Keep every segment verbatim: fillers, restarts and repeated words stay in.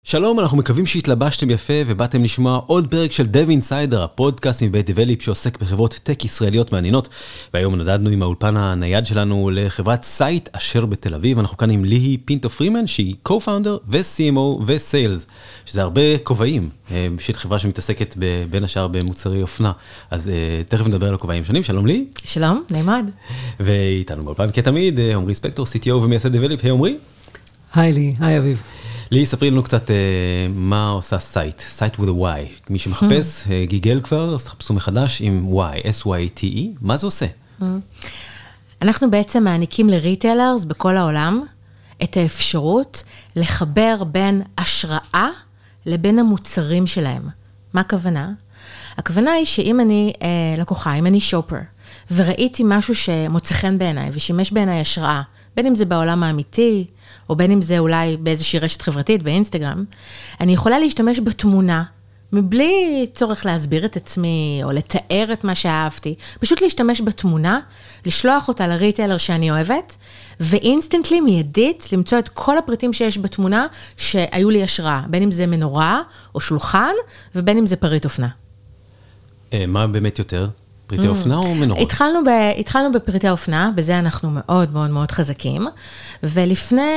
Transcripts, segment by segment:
שלום, אנחנו מקווים שהתלבשתם יפה ובאתם לשמוע עוד פרק של Dev Insider, הפודקאסט מבית דבליפ שעוסק בחברות טק ישראליות מעניינות. והיום נדדנו עם האולפן הנייד שלנו לחברת סייט אשר בתל אביב. אנחנו כאן עם ליהי פינטו פרימן, שהיא co-founder ו-סי אם או ו-Sales, שזה הרבה כובעים, בשביל חברה שמתעסקת בין השאר במוצרי אופנה. אז תכף נדבר על הכובעים שונים. שלום ליהי. שלום, נעמד. ואיתנו באולפן כתמיד, עומרי ספקטור, סי טי או ומייסד דבליפ. היי עומרי. היי לי, היי אביב. לי, ספרי לנו קצת מה עושה סייט, סייט with a Y. מי שמחפש, גיגל כבר, אז תחפשו מחדש עם Y, S Y T E, מה זה עושה? אנחנו בעצם מעניקים לריטיילרס בכל העולם את האפשרות לחבר בין השראה לבין המוצרים שלהם. מה הכוונה? הכוונה היא שאם אני לקוחה, אם אני שופר, וראיתי משהו שמוצא חן בעיניי ושימש בעיניי השראה, בין אם זה בעולם האמיתי, או בין אם זה אולי באיזושהי רשת חברתית, באינסטגרם, אני יכולה להשתמש בתמונה, מבלי צורך להסביר את עצמי, או לתאר את מה שאהבתי, פשוט להשתמש בתמונה, לשלוח אותה לריטיילר שאני אוהבת, ואינסטנטלי מיידית למצוא את כל הפריטים שיש בתמונה, שהיו לי השראה, בין אם זה מנורה, או שולחן, ובין אם זה פריט אופנה. מה באמת יותר? פריטי אופנה או מנורות? התחלנו, ב, התחלנו בפריטי אופנה, בזה אנחנו מאוד מאוד מאוד חזקים, ולפני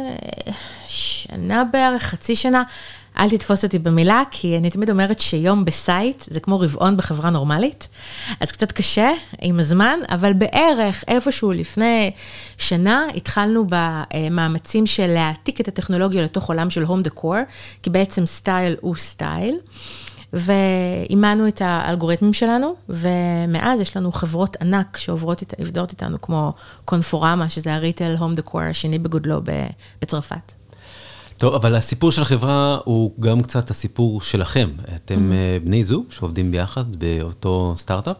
שנה בערך, חצי שנה, אל תתפוס אותי במילה, כי אני תמיד אומרת שיום בסייט, זה כמו רבעון בחברה נורמלית, אז קצת קשה עם הזמן, אבל בערך איפשהו לפני שנה, התחלנו במאמצים של להעתיק את הטכנולוגיה לתוך עולם של הום דקור, כי בעצם סטייל הוא סטייל, ואימנו את האלגוריתמים שלנו, ומאז יש לנו חברות ענק שעוברות עובדות איתנו, כמו קונפורמה, שזה הריטל הום דקור השני בגודלו בצרפת. טוב, אבל הסיפור של החברה הוא גם קצת הסיפור שלכם. אתם בני זוג שעובדים ביחד באותו סטארט-אפ.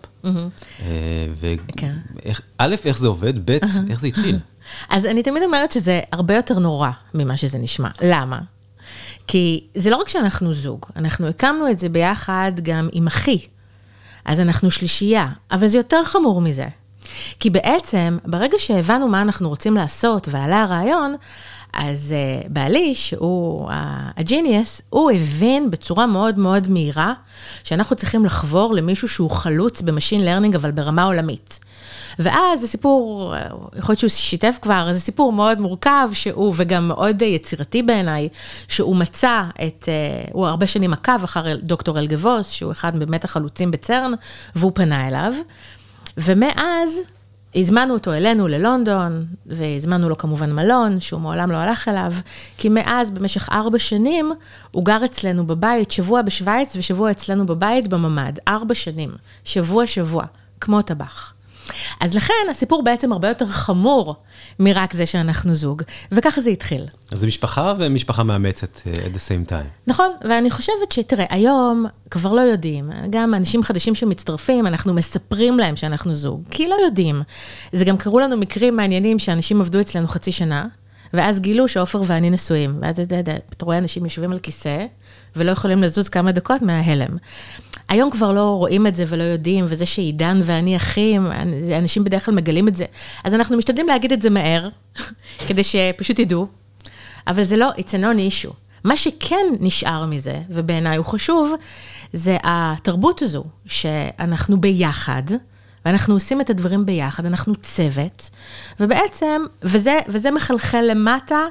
א', איך זה עובד? ב', איך זה התחיל? אז אני תמיד אומרת שזה הרבה יותר נורא ממה שזה נשמע. למה? כי זה לא רק שאנחנו זוג, אנחנו הקמנו את זה ביחד גם עם אחי, אז אנחנו שלישייה, אבל זה יותר חמור מזה. כי בעצם, ברגע שהבנו מה אנחנו רוצים לעשות ועלה הרעיון, אז uh, בעלי, שהוא הג'יניאס, הוא הבין בצורה מאוד מאוד מהירה, שאנחנו צריכים לחבור למישהו שהוא חלוץ במשין לרנינג, אבל ברמה עולמית. ואז זה סיפור, יכול להיות שהוא שיתף כבר, זה סיפור מאוד מורכב, שהוא, וגם מאוד יצירתי בעיניי, שהוא מצא את, הוא הרבה שנים עקב אחר דוקטור אלגבוס, שהוא אחד באמת החלוצים בצרן, והוא פנה אליו, ומאז הזמנו אותו אלינו ללונדון, והזמנו לו כמובן מלון, שהוא מעולם לא הלך אליו, כי מאז במשך ארבע שנים, הוא גר אצלנו בבית, שבוע בשוויץ, ושבוע אצלנו בבית בממד, ארבע שנים, שבוע שבוע, כמו טבח. אז לכן הסיפור בעצם הרבה יותר חמור מרק זה שאנחנו זוג, וככה זה התחיל. אז זה משפחה ומשפחה מאמצת at the same time. נכון, ואני חושבת שתראה, היום כבר לא יודעים, גם אנשים חדשים שמצטרפים, אנחנו מספרים להם שאנחנו זוג, כי לא יודעים. זה גם קראו לנו מקרים מעניינים שאנשים עבדו אצלנו חצי שנה, ואז גילו שאופר ואני נשואים, ואז אתה רואה אנשים יושבים על כיסא, ולא יכולים לזוז כמה דקות מההלם. היום כבר לא רואים את זה ולא יודעים, וזה שעידן ואני אחים, אנשים בדרך כלל מגלים את זה. אז אנחנו משתדלים להגיד את זה מהר, כדי שפשוט ידעו, אבל זה לא, it's a non-issue. מה שכן נשאר מזה, ובעיניי הוא חשוב, זה התרבות הזו, שאנחנו ביחד, ואנחנו עושים את הדברים ביחד, אנחנו צוות, ובעצם, וזה, וזה מחלחל למטה,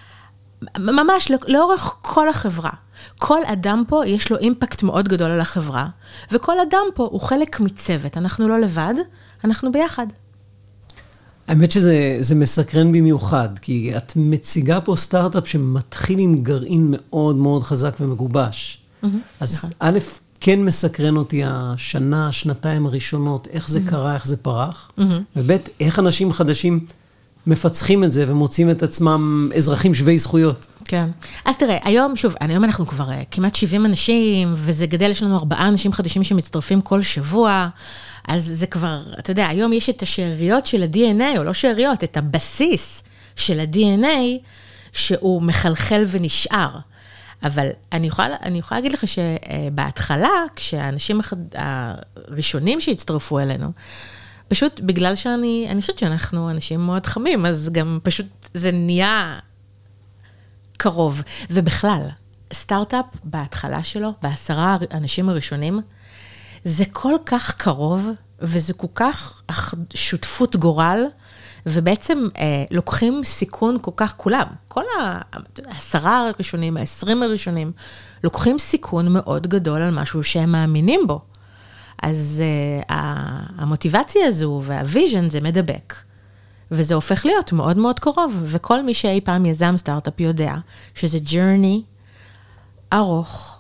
ממש לאורך כל החברה. כל אדם פה יש לו אימפקט מאוד גדול על החברה, וכל אדם פה הוא חלק מצוות. אנחנו לא לבד, אנחנו ביחד. האמת שזה זה מסקרן במיוחד, כי את מציגה פה סטארט-אפ שמתחיל עם גרעין מאוד מאוד חזק ומגובש. Mm-hmm, אז נכון. א', כן מסקרן אותי השנה, שנתיים הראשונות, איך זה mm-hmm. קרה, איך זה פרח, mm-hmm. וב', איך אנשים חדשים מפצחים את זה ומוצאים את עצמם אזרחים שווי זכויות. כן. אז תראה, היום, שוב, היום אנחנו כבר כמעט שבעים אנשים, וזה גדל, יש לנו ארבעה אנשים חדשים שמצטרפים כל שבוע, אז זה כבר, אתה יודע, היום יש את השאריות של ה-די אן איי, או לא שאריות, את הבסיס של ה-די אן איי, שהוא מחלחל ונשאר. אבל אני יכולה, אני יכולה להגיד לך שבהתחלה, כשהאנשים הראשונים שהצטרפו אלינו, פשוט בגלל שאני, אני חושבת שאנחנו אנשים מאוד חמים, אז גם פשוט זה נהיה קרוב. ובכלל, סטארט-אפ בהתחלה שלו, בעשרה אנשים הראשונים, זה כל כך קרוב, וזה כל כך שותפות גורל, ובעצם אה, לוקחים סיכון כל כך כולם. כל העשרה הראשונים, העשרים הראשונים, לוקחים סיכון מאוד גדול על משהו שהם מאמינים בו. אז אה, המוטיבציה הזו והוויז'ן זה מדבק. וזה הופך להיות מאוד מאוד קרוב. וכל מי שאי פעם יזם סטארט-אפ יודע שזה journey ארוך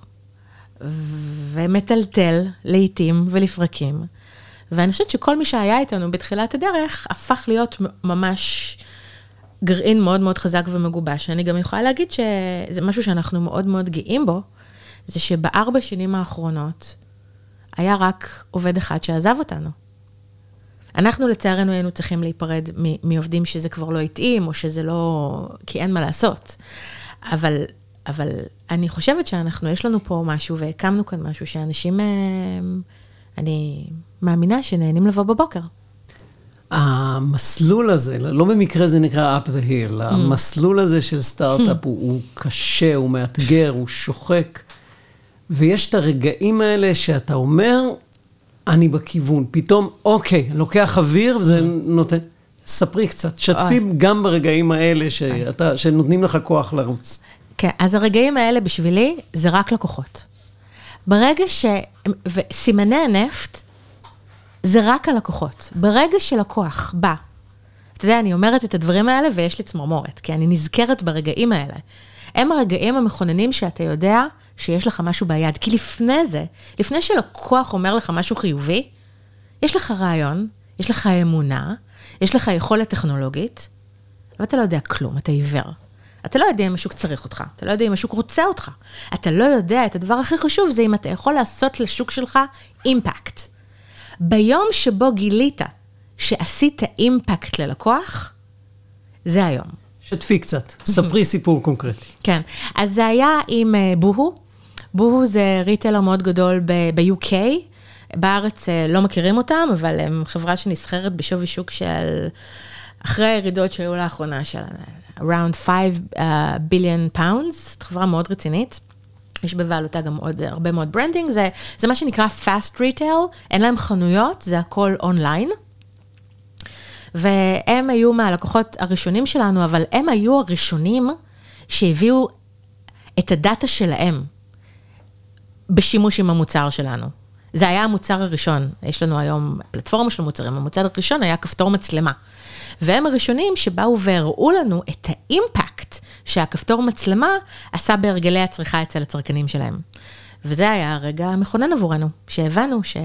ומטלטל לעתים ולפרקים. ואני חושבת שכל מי שהיה איתנו בתחילת הדרך, הפך להיות ממש גרעין מאוד מאוד חזק ומגובש. אני גם יכולה להגיד שזה משהו שאנחנו מאוד מאוד גאים בו, זה שבארבע שנים האחרונות, היה רק עובד אחד שעזב אותנו. אנחנו לצערנו היינו צריכים להיפרד מעובדים שזה כבר לא התאים, או שזה לא, כי אין מה לעשות. אבל, אבל אני חושבת שאנחנו, יש לנו פה משהו, והקמנו כאן משהו שאנשים, אני מאמינה שנהנים לבוא בבוקר. המסלול הזה, לא במקרה זה נקרא up the hill, המסלול הזה של סטארט-אפ הוא, הוא קשה, הוא מאתגר, הוא שוחק, ויש את הרגעים האלה שאתה אומר, אני בכיוון, פתאום, אוקיי, אני לוקח אוויר, וזה נותן, ספרי קצת, שתפי גם ברגעים האלה שאתה, שנותנים לך כוח לרוץ. כן, אז הרגעים האלה בשבילי, זה רק לקוחות. ברגע ש... וסימני הנפט, זה רק הלקוחות. ברגע שלקוח בא, אתה יודע, אני אומרת את הדברים האלה, ויש לי צמרמורת, כי אני נזכרת ברגעים האלה. הם הרגעים המכוננים שאתה יודע שיש לך משהו ביד. כי לפני זה, לפני שלקוח אומר לך משהו חיובי, יש לך רעיון, יש לך אמונה, יש לך יכולת טכנולוגית, ואתה לא יודע כלום, אתה עיוור. אתה לא יודע אם השוק צריך אותך, אתה לא יודע אם השוק רוצה אותך. אתה לא יודע, את הדבר הכי חשוב זה אם אתה יכול לעשות לשוק שלך אימפקט. ביום שבו גילית שעשית אימפקט ללקוח, זה היום. שתפי קצת, ספרי סיפור קונקרטי. כן, אז זה היה עם בוהו. בוהו זה ריטלר מאוד גדול ב-יו קיי. בארץ לא מכירים אותם, אבל הם חברה שנסחרת בשווי שוק של, אחרי הירידות שהיו לאחרונה של around five billion pounds, חברה מאוד רצינית. יש בבעלותה גם עוד הרבה מאוד ברנדינג, זה, זה מה שנקרא fast retail, אין להם חנויות, זה הכל אונליין. והם היו מהלקוחות הראשונים שלנו, אבל הם היו הראשונים שהביאו את הדאטה שלהם בשימוש עם המוצר שלנו. זה היה המוצר הראשון. יש לנו היום פלטפורמה של מוצרים. המוצר הראשון היה כפתור מצלמה. והם הראשונים שבאו והראו לנו את האימפקט שהכפתור מצלמה עשה בהרגלי הצריכה אצל הצרכנים שלהם. וזה היה הרגע המכונן עבורנו, שהבנו ש...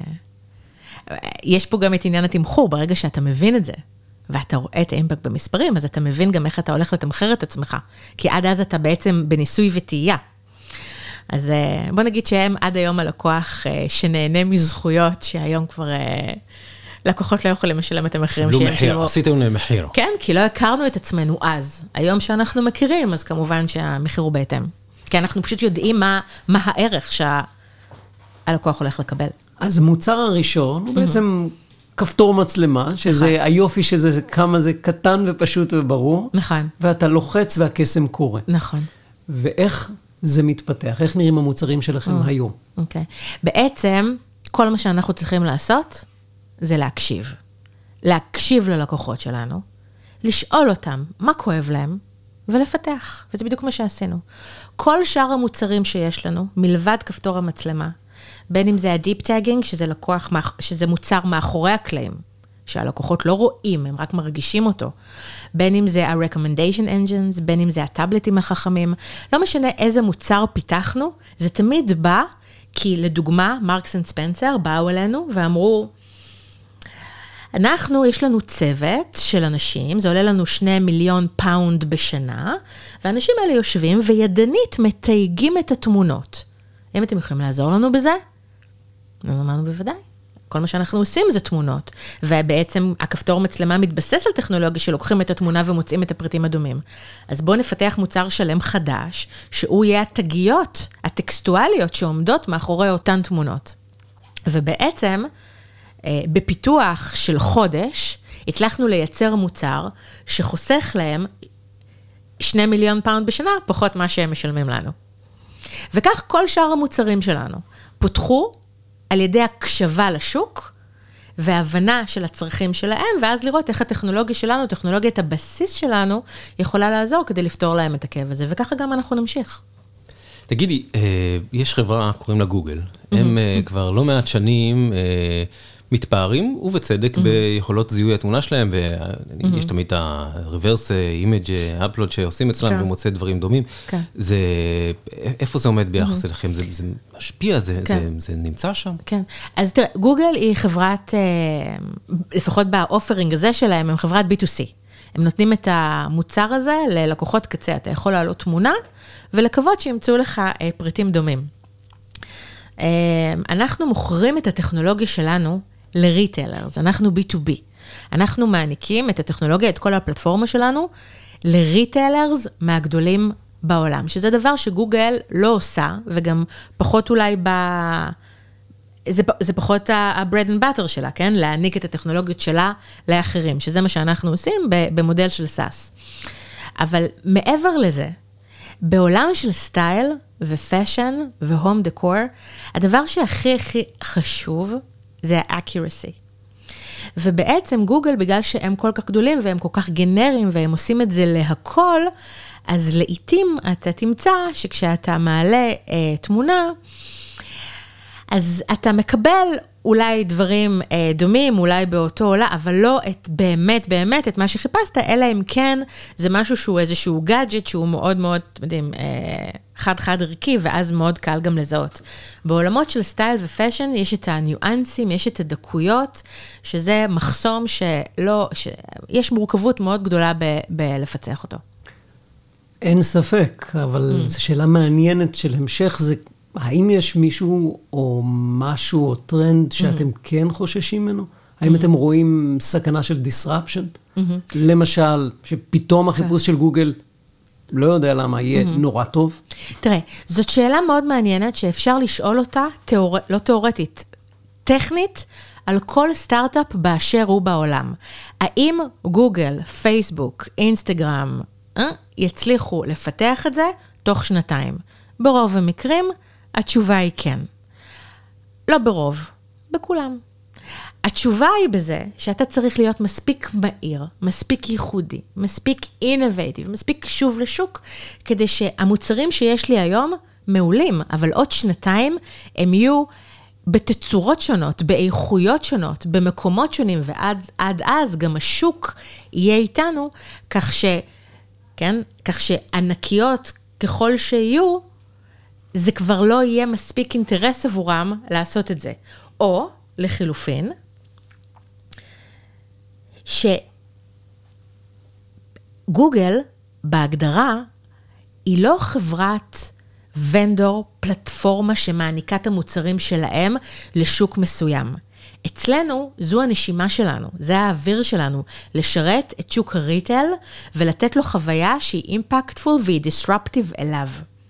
יש פה גם את עניין התמחור, ברגע שאתה מבין את זה, ואתה רואה את האימפקט במספרים, אז אתה מבין גם איך אתה הולך לתמחר את עצמך, כי עד אז אתה בעצם בניסוי וטעייה. אז בוא נגיד שהם עד היום הלקוח שנהנה מזכויות, שהיום כבר לקוחות לא יכולים לשלם את המחירים שהם שילמו. עשיתם להם מחיר. כן, כי לא הכרנו את עצמנו אז. היום שאנחנו מכירים, אז כמובן שהמחיר הוא בהתאם. כי אנחנו פשוט יודעים מה, מה הערך שהלקוח הולך לקבל. אז המוצר הראשון הוא בעצם כפתור מצלמה, שזה היופי שזה כמה זה קטן ופשוט וברור. נכון. ואתה לוחץ והקסם קורה. נכון. ואיך זה מתפתח? איך נראים המוצרים שלכם היום? אוקיי. בעצם, כל מה שאנחנו צריכים לעשות, זה להקשיב. להקשיב ללקוחות שלנו, לשאול אותם מה כואב להם, ולפתח. וזה בדיוק מה שעשינו. כל שאר המוצרים שיש לנו, מלבד כפתור המצלמה, בין אם זה הדיפ טאגינג, שזה לקוח, שזה מוצר מאחורי הקלעים, שהלקוחות לא רואים, הם רק מרגישים אותו. בין אם זה ה-recommendation engines, בין אם זה הטאבלטים החכמים, לא משנה איזה מוצר פיתחנו, זה תמיד בא, כי לדוגמה, מרקס אנד ספנסר באו אלינו ואמרו, אנחנו, יש לנו צוות של אנשים, זה עולה לנו שני מיליון פאונד בשנה, והאנשים האלה יושבים וידנית מתייגים את התמונות. אם אתם יכולים לעזור לנו בזה? אמרנו בוודאי. כל מה שאנחנו עושים זה תמונות, ובעצם הכפתור מצלמה מתבסס על טכנולוגיה שלוקחים את התמונה ומוצאים את הפריטים הדומים. אז בואו נפתח מוצר שלם חדש, שהוא יהיה התגיות, הטקסטואליות שעומדות מאחורי אותן תמונות. ובעצם, בפיתוח של חודש, הצלחנו לייצר מוצר שחוסך להם שני מיליון פאונד בשנה, פחות מה שהם משלמים לנו. וכך כל שאר המוצרים שלנו פותחו על ידי הקשבה לשוק, והבנה של הצרכים שלהם, ואז לראות איך הטכנולוגיה שלנו, טכנולוגיית הבסיס שלנו, יכולה לעזור כדי לפתור להם את הכאב הזה, וככה גם אנחנו נמשיך. תגידי, יש חברה, קוראים לה גוגל, הם כבר לא מעט שנים מתפארים, ובצדק, ביכולות זיהוי התמונה שלהם, ויש תמיד ה-reverse image upload שעושים אצלם, ומוצא דברים דומים. זה, איפה זה עומד ביחס אליכם? זה משפיע, זה נמצא שם? כן. אז תראה, גוגל היא חברת, לפחות באופרינג הזה שלהם, הם חברת בי טו סי. הם נותנים את המוצר הזה ללקוחות קצה. אתה יכול לעלות תמונה, ולקוות שימצאו לך פריטים דומים. אנחנו מוכרים את הטכנולוגיה שלנו לריטיילרס, אנחנו בי טו בי. אנחנו מעניקים את הטכנולוגיה, את כל הפלטפורמה שלנו, לריטיילרס מהגדולים בעולם, שזה דבר שגוגל לא עושה, וגם פחות אולי ב... זה, זה פחות ה-bread and butter שלה, כן? להעניק את הטכנולוגיות שלה לאחרים, שזה מה שאנחנו עושים במודל של סאס. אבל מעבר לזה, בעולם של סטייל ופשן והום דקור, הדבר שהכי הכי חשוב זה ה-accuracy. ובעצם גוגל, בגלל שהם כל כך גדולים והם כל כך גנריים והם עושים את זה להכל, אז לעתים אתה תמצא שכשאתה מעלה אה, תמונה, אז אתה מקבל אולי דברים אה, דומים, אולי באותו עולה, אבל לא את באמת, באמת, את מה שחיפשת, אלא אם כן, זה משהו שהוא איזשהו גאדג'ט, שהוא מאוד מאוד, אתם יודעים, אה, חד-חד ערכי, ואז מאוד קל גם לזהות. בעולמות של סטייל ופשן, יש את הניואנסים, יש את הדקויות, שזה מחסום שלא, יש מורכבות מאוד גדולה ב- בלפצח אותו. אין ספק, אבל mm. זו שאלה מעניינת של המשך, זה האם יש מישהו או משהו או טרנד שאתם mm-hmm. כן חוששים ממנו? Mm-hmm. האם אתם רואים סכנה של disruption? Mm-hmm. למשל, שפתאום החיפוש okay. של גוגל, לא יודע למה, יהיה mm-hmm. נורא טוב? תראה, זאת שאלה מאוד מעניינת שאפשר לשאול אותה, תיאור... לא תיאורטית, טכנית, על כל סטארט-אפ באשר הוא בעולם. האם גוגל, פייסבוק, אינסטגרם, אה, יצליחו לפתח את זה תוך שנתיים? ברוב המקרים, התשובה היא כן. לא ברוב, בכולם. התשובה היא בזה שאתה צריך להיות מספיק מהיר, מספיק ייחודי, מספיק אינובייטיב, מספיק קשוב לשוק, כדי שהמוצרים שיש לי היום מעולים, אבל עוד שנתיים הם יהיו בתצורות שונות, באיכויות שונות, במקומות שונים, ועד עד אז גם השוק יהיה איתנו, כך ש, כן, כך שענקיות ככל שיהיו, זה כבר לא יהיה מספיק אינטרס עבורם לעשות את זה. או, לחילופין, שגוגל, בהגדרה, היא לא חברת ונדור, פלטפורמה שמעניקה את המוצרים שלהם לשוק מסוים. אצלנו, זו הנשימה שלנו, זה האוויר שלנו, לשרת את שוק הריטל, ולתת לו חוויה שהיא אימפקטפול והיא דיסרפטיב אליו.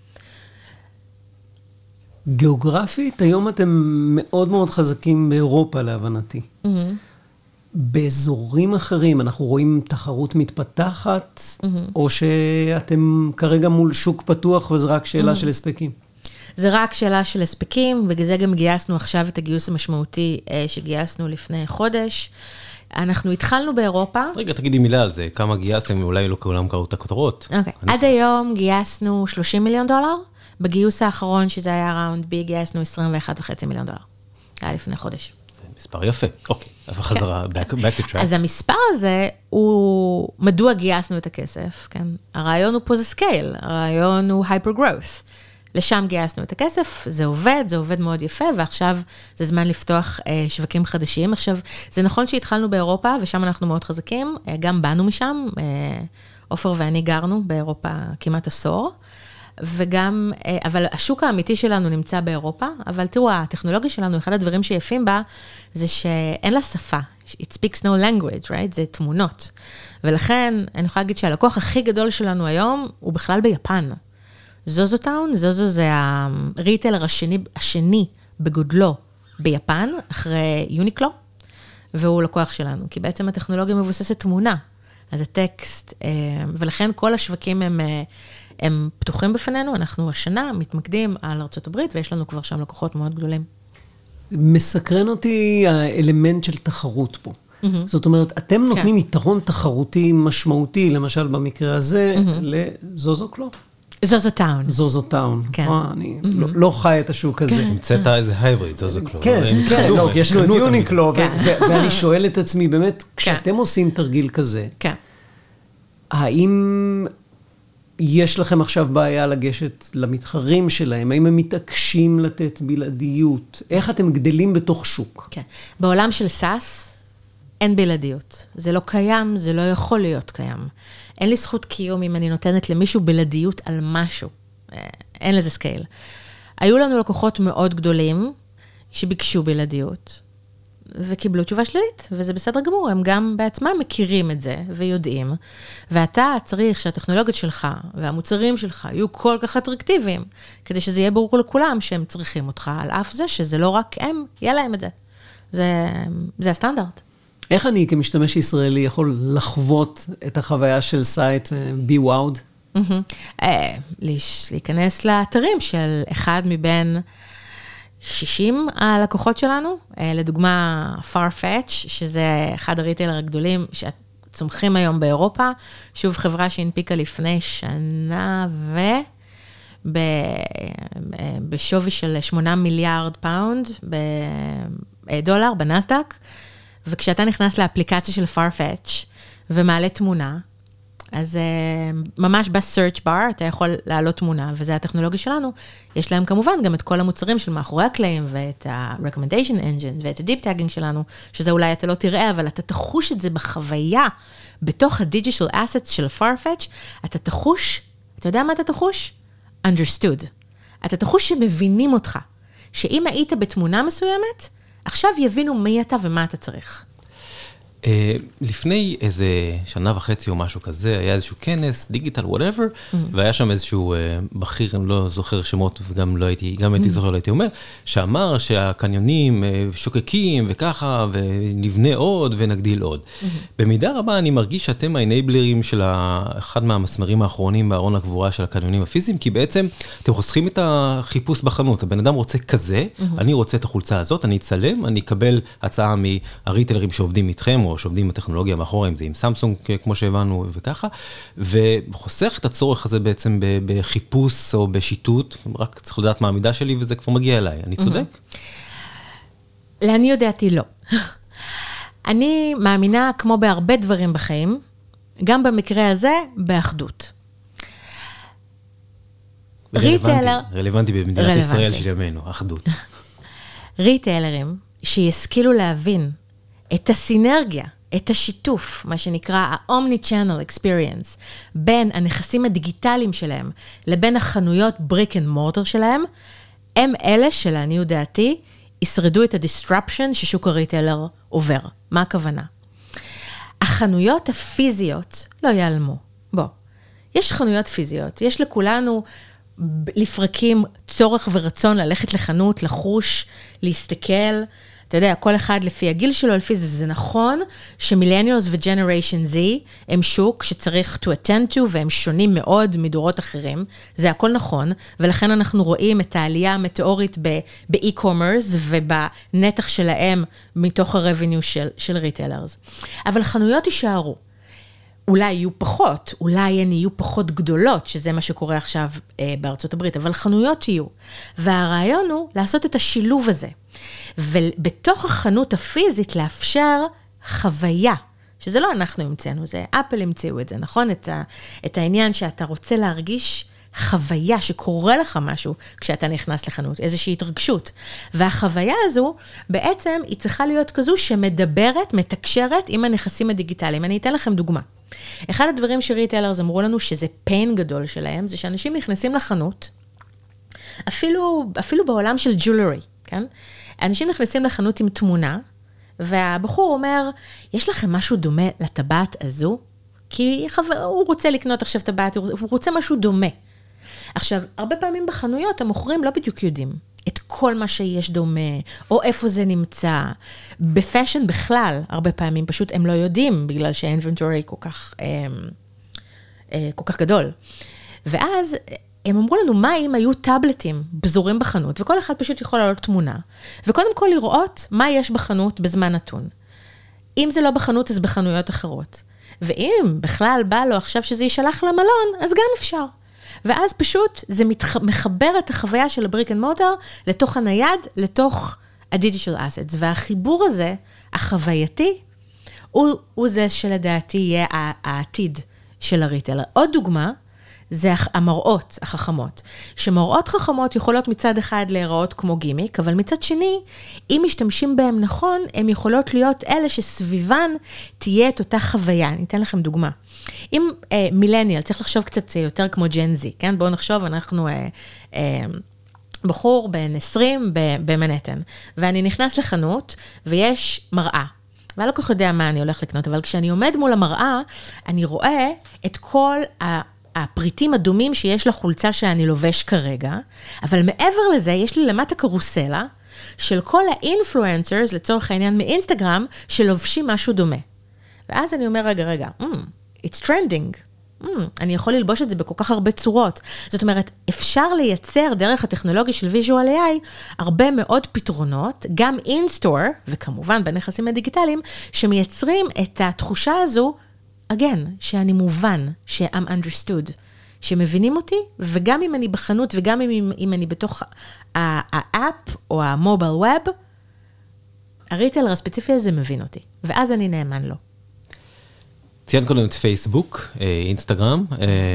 גיאוגרפית, היום אתם מאוד מאוד חזקים באירופה, להבנתי. Mm-hmm. באזורים אחרים, אנחנו רואים תחרות מתפתחת, mm-hmm. או שאתם כרגע מול שוק פתוח, וזה רק שאלה mm-hmm. של הספקים? זה רק שאלה של הספקים, בגלל זה גם גייסנו עכשיו את הגיוס המשמעותי שגייסנו לפני חודש. אנחנו התחלנו באירופה. רגע, תגידי מילה על זה, כמה גייסתם, אולי לא כולם קראו את הכותרות. אוקיי, עד היום גייסנו שלושים מיליון דולר, בגיוס האחרון, שזה היה ראונד בי, גייסנו עשרים ואחד וחצי מיליון דולר. היה לפני חודש. זה מספר יפה. אוקיי, אבל חזרה, back, back to track. אז המספר הזה הוא, מדוע גייסנו את הכסף, כן? הרעיון הוא פה זה scale, הרעיון הוא hyper growth. לשם גייסנו את הכסף, זה עובד, זה עובד מאוד יפה, ועכשיו זה זמן לפתוח אה, שווקים חדשים. עכשיו, זה נכון שהתחלנו באירופה, ושם אנחנו מאוד חזקים, אה, גם באנו משם, אה, אופר ואני גרנו באירופה כמעט עשור, וגם, אבל השוק האמיתי שלנו נמצא באירופה, אבל תראו, הטכנולוגיה שלנו, אחד הדברים שיפים בה, זה שאין לה שפה. It speaks no language, right? זה תמונות. ולכן, אני יכולה להגיד שהלקוח הכי גדול שלנו היום, הוא בכלל ביפן. זוזו טאון, זוזו זה הריטלר השני, השני בגודלו ביפן, אחרי יוניקלו, והוא לקוח שלנו, כי בעצם הטכנולוגיה מבוססת תמונה. אז הטקסט, ולכן כל השווקים הם, הם פתוחים בפנינו, אנחנו השנה מתמקדים על ארצות הברית, ויש לנו כבר שם לקוחות מאוד גדולים. מסקרן אותי האלמנט של תחרות פה. Mm-hmm. זאת אומרת, אתם נותנים כן. יתרון תחרותי משמעותי, למשל במקרה הזה, mm-hmm. לזוזו קלו. זוזו טאון. זוזו טאון. כן. אה, אני mm-hmm. לא, לא חי את השוק הזה. המצאת איזה הייבריד, זוזו קלו. כן, כן, לא, יש לנו את יוניקלו, ואני שואל את עצמי, באמת, כשאתם עושים תרגיל כזה, כן. האם יש לכם עכשיו בעיה לגשת למתחרים שלהם? האם הם מתעקשים לתת בלעדיות? איך אתם גדלים בתוך שוק? כן. בעולם של סאס, אין בלעדיות. זה לא קיים, זה לא יכול להיות קיים. אין לי זכות קיום אם אני נותנת למישהו בלעדיות על משהו. אין לזה סקייל. היו לנו לקוחות מאוד גדולים שביקשו בלעדיות, וקיבלו תשובה שלילית, וזה בסדר גמור, הם גם בעצמם מכירים את זה ויודעים, ואתה צריך שהטכנולוגיות שלך והמוצרים שלך יהיו כל כך אטרקטיביים, כדי שזה יהיה ברור לכולם שהם צריכים אותך, על אף זה שזה לא רק הם, יהיה להם את זה. זה, זה הסטנדרט. איך אני כמשתמש ישראלי יכול לחוות את החוויה של סייט בי וואוד? להיכנס לאתרים של אחד מבין שישים הלקוחות שלנו, לדוגמה Farfetch, שזה אחד הריטיילר הגדולים שצומחים היום באירופה, שוב חברה שהנפיקה לפני שנה ו... בשווי של שמונה מיליארד פאונד בדולר בנסדק, וכשאתה נכנס לאפליקציה של Farfetch ומעלה תמונה, אז ממש ב-search bar אתה יכול להעלות תמונה, וזה הטכנולוגיה שלנו. יש להם כמובן גם את כל המוצרים של מאחורי הקלעים, ואת ה-recommendation engine, ואת ה-deep tagging שלנו, שזה אולי אתה לא תראה, אבל אתה תחוש את זה בחוויה, בתוך ה-digital assets של Farfetch, אתה תחוש, אתה יודע מה אתה תחוש? understood. אתה תחוש שמבינים אותך, שאם היית בתמונה מסוימת, עכשיו יבינו מי אתה ומה אתה צריך. Uh, לפני איזה שנה וחצי או משהו כזה, היה איזשהו כנס, דיגיטל, whatever, mm-hmm. והיה שם איזשהו uh, בכיר, אני לא זוכר שמות, וגם לא הייתי, גם הייתי mm-hmm. זוכר, לא הייתי אומר, שאמר שהקניונים uh, שוקקים וככה, ונבנה עוד ונגדיל עוד. Mm-hmm. במידה רבה אני מרגיש שאתם האנבלרים של אחד מהמסמרים האחרונים בארון הקבורה של הקניונים הפיזיים, כי בעצם אתם חוסכים את החיפוש בחנות, הבן אדם רוצה כזה, mm-hmm. אני רוצה את החולצה הזאת, אני אצלם, אני אקבל הצעה מהריטלרים שעובדים איתכם, או שעובדים בטכנולוגיה מאחורה, אם זה עם סמסונג, כמו שהבנו, וככה, וחוסך את הצורך הזה בעצם בחיפוש או בשיטוט, רק צריך לדעת מה המידה שלי, וזה כבר מגיע אליי. אני צודק? לעני יודעתי לא. אני מאמינה, כמו בהרבה דברים בחיים, גם במקרה הזה, באחדות. רלוונטי, רלוונטי במדינת ישראל של ימינו, אחדות. ריטיילרים שישכילו להבין את הסינרגיה, את השיתוף, מה שנקרא ה-Omni-Channel Experience, בין הנכסים הדיגיטליים שלהם, לבין החנויות בריק אנד מורטר שלהם, הם אלה שלעניות דעתי, ישרדו את ה-disruption ששוק הריטיילר עובר. מה הכוונה? החנויות הפיזיות לא ייעלמו. בוא, יש חנויות פיזיות, יש לכולנו לפרקים צורך ורצון ללכת לחנות, לחוש, להסתכל, אתה יודע, כל אחד לפי הגיל שלו, לפי זה, זה נכון שמילניאלס וג'נריישן Z הם שוק שצריך to attend to, והם שונים מאוד מדורות אחרים, זה הכל נכון, ולכן אנחנו רואים את העלייה המטאורית ב-e-commerce ובנתח שלהם מתוך הרבניו של, של ריטיילרס. אבל חנויות יישארו. אולי יהיו פחות, אולי הן יהיו פחות גדולות, שזה מה שקורה עכשיו אה, בארצות הברית, אבל חנויות יהיו. והרעיון הוא לעשות את השילוב הזה. ובתוך החנות הפיזית לאפשר חוויה, שזה לא אנחנו המצאנו, זה אפל המציאו את זה, נכון? את, ה, את העניין שאתה רוצה להרגיש חוויה שקורה לך משהו כשאתה נכנס לחנות, איזושהי התרגשות. והחוויה הזו בעצם היא צריכה להיות כזו שמדברת, מתקשרת עם הנכסים הדיגיטליים. אני אתן לכם דוגמה. אחד הדברים שריטיילרס אמרו לנו שזה פיין גדול שלהם, זה שאנשים נכנסים לחנות, אפילו, אפילו בעולם של ג'ולרי, כן? אנשים נכנסים לחנות עם תמונה, והבחור אומר, יש לכם משהו דומה לטבעת הזו? כי הוא רוצה לקנות עכשיו טבעת, הוא רוצה משהו דומה. עכשיו, הרבה פעמים בחנויות המוכרים לא בדיוק יודעים את כל מה שיש דומה, או איפה זה נמצא. בפשן בכלל, הרבה פעמים פשוט הם לא יודעים, בגלל שהאינבנטורי כל כך, אה, אה, כל כך גדול. ואז הם אמרו לנו, מה אם היו טאבלטים בזורים בחנות, וכל אחד פשוט יכול לעלות תמונה, וקודם כל לראות מה יש בחנות בזמן נתון. אם זה לא בחנות, אז בחנויות אחרות. ואם בכלל בא לו עכשיו שזה יישלח למלון, אז גם אפשר. ואז פשוט זה מתח... מחבר את החוויה של הבריק אנד מוטר לתוך הנייד, לתוך ה-digital assets. והחיבור הזה, החווייתי, הוא, הוא זה שלדעתי יהיה העתיד של הריטל. עוד דוגמה, זה המראות החכמות. שמראות חכמות יכולות מצד אחד להיראות כמו גימיק, אבל מצד שני, אם משתמשים בהם נכון, הן יכולות להיות אלה שסביבן תהיה את אותה חוויה. אני אתן לכם דוגמה. אם אה, מילניאל, צריך לחשוב קצת יותר כמו ג'ן זי, כן? בואו נחשוב, אנחנו אה, אה, בחור בן עשרים במנהטן, ואני נכנס לחנות, ויש מראה. והלקוח יודע מה אני הולך לקנות, אבל כשאני עומד מול המראה, אני רואה את כל ה... הפריטים הדומים שיש לחולצה שאני לובש כרגע, אבל מעבר לזה, יש לי למטה קרוסלה, של כל האינפלואנסרס, לצורך העניין מאינסטגרם, שלובשים משהו דומה. ואז אני אומר, רגע, רגע, mm, it's trending. Mm, אני יכול ללבוש את זה בכל כך הרבה צורות. זאת אומרת, אפשר לייצר דרך הטכנולוגיה של Visual איי איי, הרבה מאוד פתרונות, גם in-store, וכמובן בנכסים הדיגיטליים, שמייצרים את התחושה הזו, again, שאני מובן, ש-I'm understood, שמבינים אותי, וגם אם אני בחנות, וגם אם, אם אני בתוך האפ, או המוביל ווב, הריטלר הספציפי הזה מבין אותי, ואז אני נאמן לו. ציינת קודם את פייסבוק, אינסטגרם,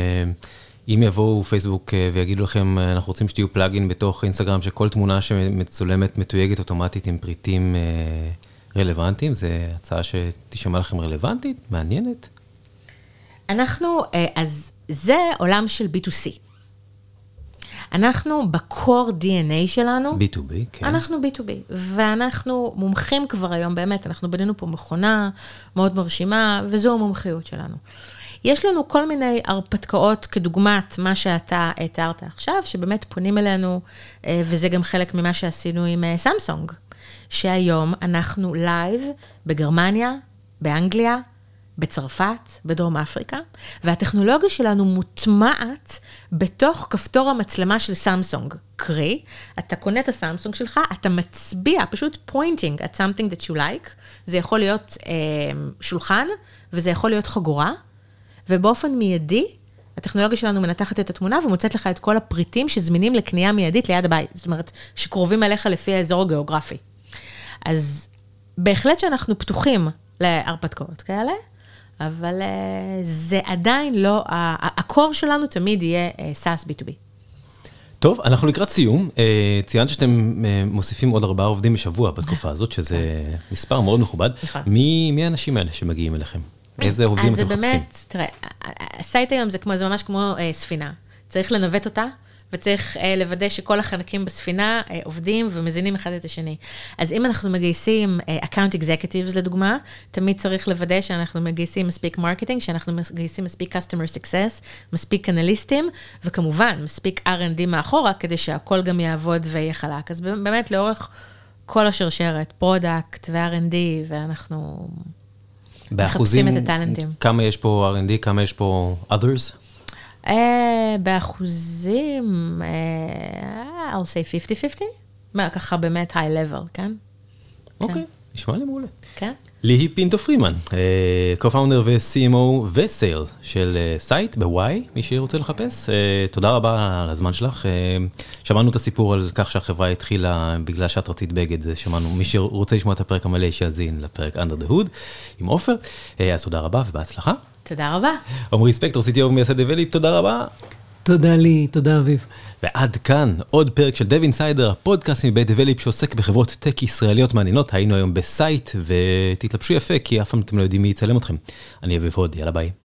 אם יבואו פייסבוק ויגידו לכם, אנחנו רוצים שתהיו פלאגין בתוך אינסטגרם, שכל תמונה שמצולמת מתויגת אוטומטית עם פריטים רלוונטיים, זה הצעה שתשמע לכם רלוונטית, מעניינת? אנחנו, אז זה עולם של בי טו סי. אנחנו בקור די אן איי שלנו, בי טו בי, כן. אנחנו בי טו בי, ואנחנו מומחים כבר היום, באמת, אנחנו בנינו פה מכונה מאוד מרשימה, וזו המומחיות שלנו. יש לנו כל מיני הרפתקאות כדוגמת מה שאתה התארת עכשיו, שבאמת פונים אלינו, וזה גם חלק ממה שעשינו עם סמסונג, שהיום אנחנו לייב בגרמניה, באנגליה, בצרפת, בדרום אפריקה, והטכנולוגיה שלנו מוטמעת בתוך כפתור המצלמה של סמסונג. קרי, אתה קונה את הסמסונג שלך, אתה מצביע, פשוט pointing at something that you like, זה יכול להיות אה, שולחן, וזה יכול להיות חגורה, ובאופן מיידי, הטכנולוגיה שלנו מנתחת את התמונה, ומוצאת לך את כל הפריטים שזמינים לקנייה מיידית ליד הבית, זאת אומרת, שקרובים אליך לפי האזור הגיאוגרפי. אז בהחלט שאנחנו פתוחים להרפתקאות כאלה, אבל זה עדיין לא, הקור שלנו תמיד יהיה סאס בי טו בי. טוב, אנחנו לקראת סיום. ציינת שאתם מוסיפים עוד ארבעה עובדים בשבוע בתקופה הזאת, שזה מספר מאוד מכובד. מי האנשים האלה שמגיעים אליכם? איזה עובדים אתם מחפשים? אז זה באמת, תראה, הסייט היום זה ממש כמו ספינה. צריך לנווט אותה, וצריך לוודא שכל החלקים בספינה עובדים ומזינים אחד את השני. אז אם אנחנו מגייסים account executives לדוגמה, תמיד צריך לוודא שאנחנו מגייסים מספיק marketing, שאנחנו מגייסים מספיק customer success, מספיק אנליסטים, וכמובן מספיק אר אנד די מאחורה, כדי שהכל גם יעבוד ויהיה חלק. אז באמת לאורך כל השרשרת, product ו-אר אנד די, ואנחנו מחפשים את הטלנטים. כמה יש פה אר אנד די, כמה יש פה others? באחוזים, I'll say fifty fifty, ככה באמת high level, כן? אוקיי, נשמע לי מעולה. כן? ליהי פינטו פרימן, co-founder ו-סי אם או ו-Sales של סייט בוואי, מי שרוצה לחפש. תודה רבה על הזמן שלך. שמענו את הסיפור על כך שהחברה התחילה בגלל שאת רצית בגד, שמענו, מי שרוצה לשמוע את הפרק המלא שיאזין לפרק Under the Hood עם עופר. אז תודה רבה ובהצלחה. תודה רבה. עמרי ספקטור, סי טי או ומייסד דבליפ, תודה רבה. תודה לי, תודה אביב. ועד כאן עוד פרק של Dev Insider, הפודקאסט מבית דבליפ שעוסק בחברות טק ישראליות מעניינות. היינו היום בסייט ותתלבשו יפה כי אף פעם אתם לא יודעים מי יצלם אתכם. אני אביב הוד, יאללה ביי.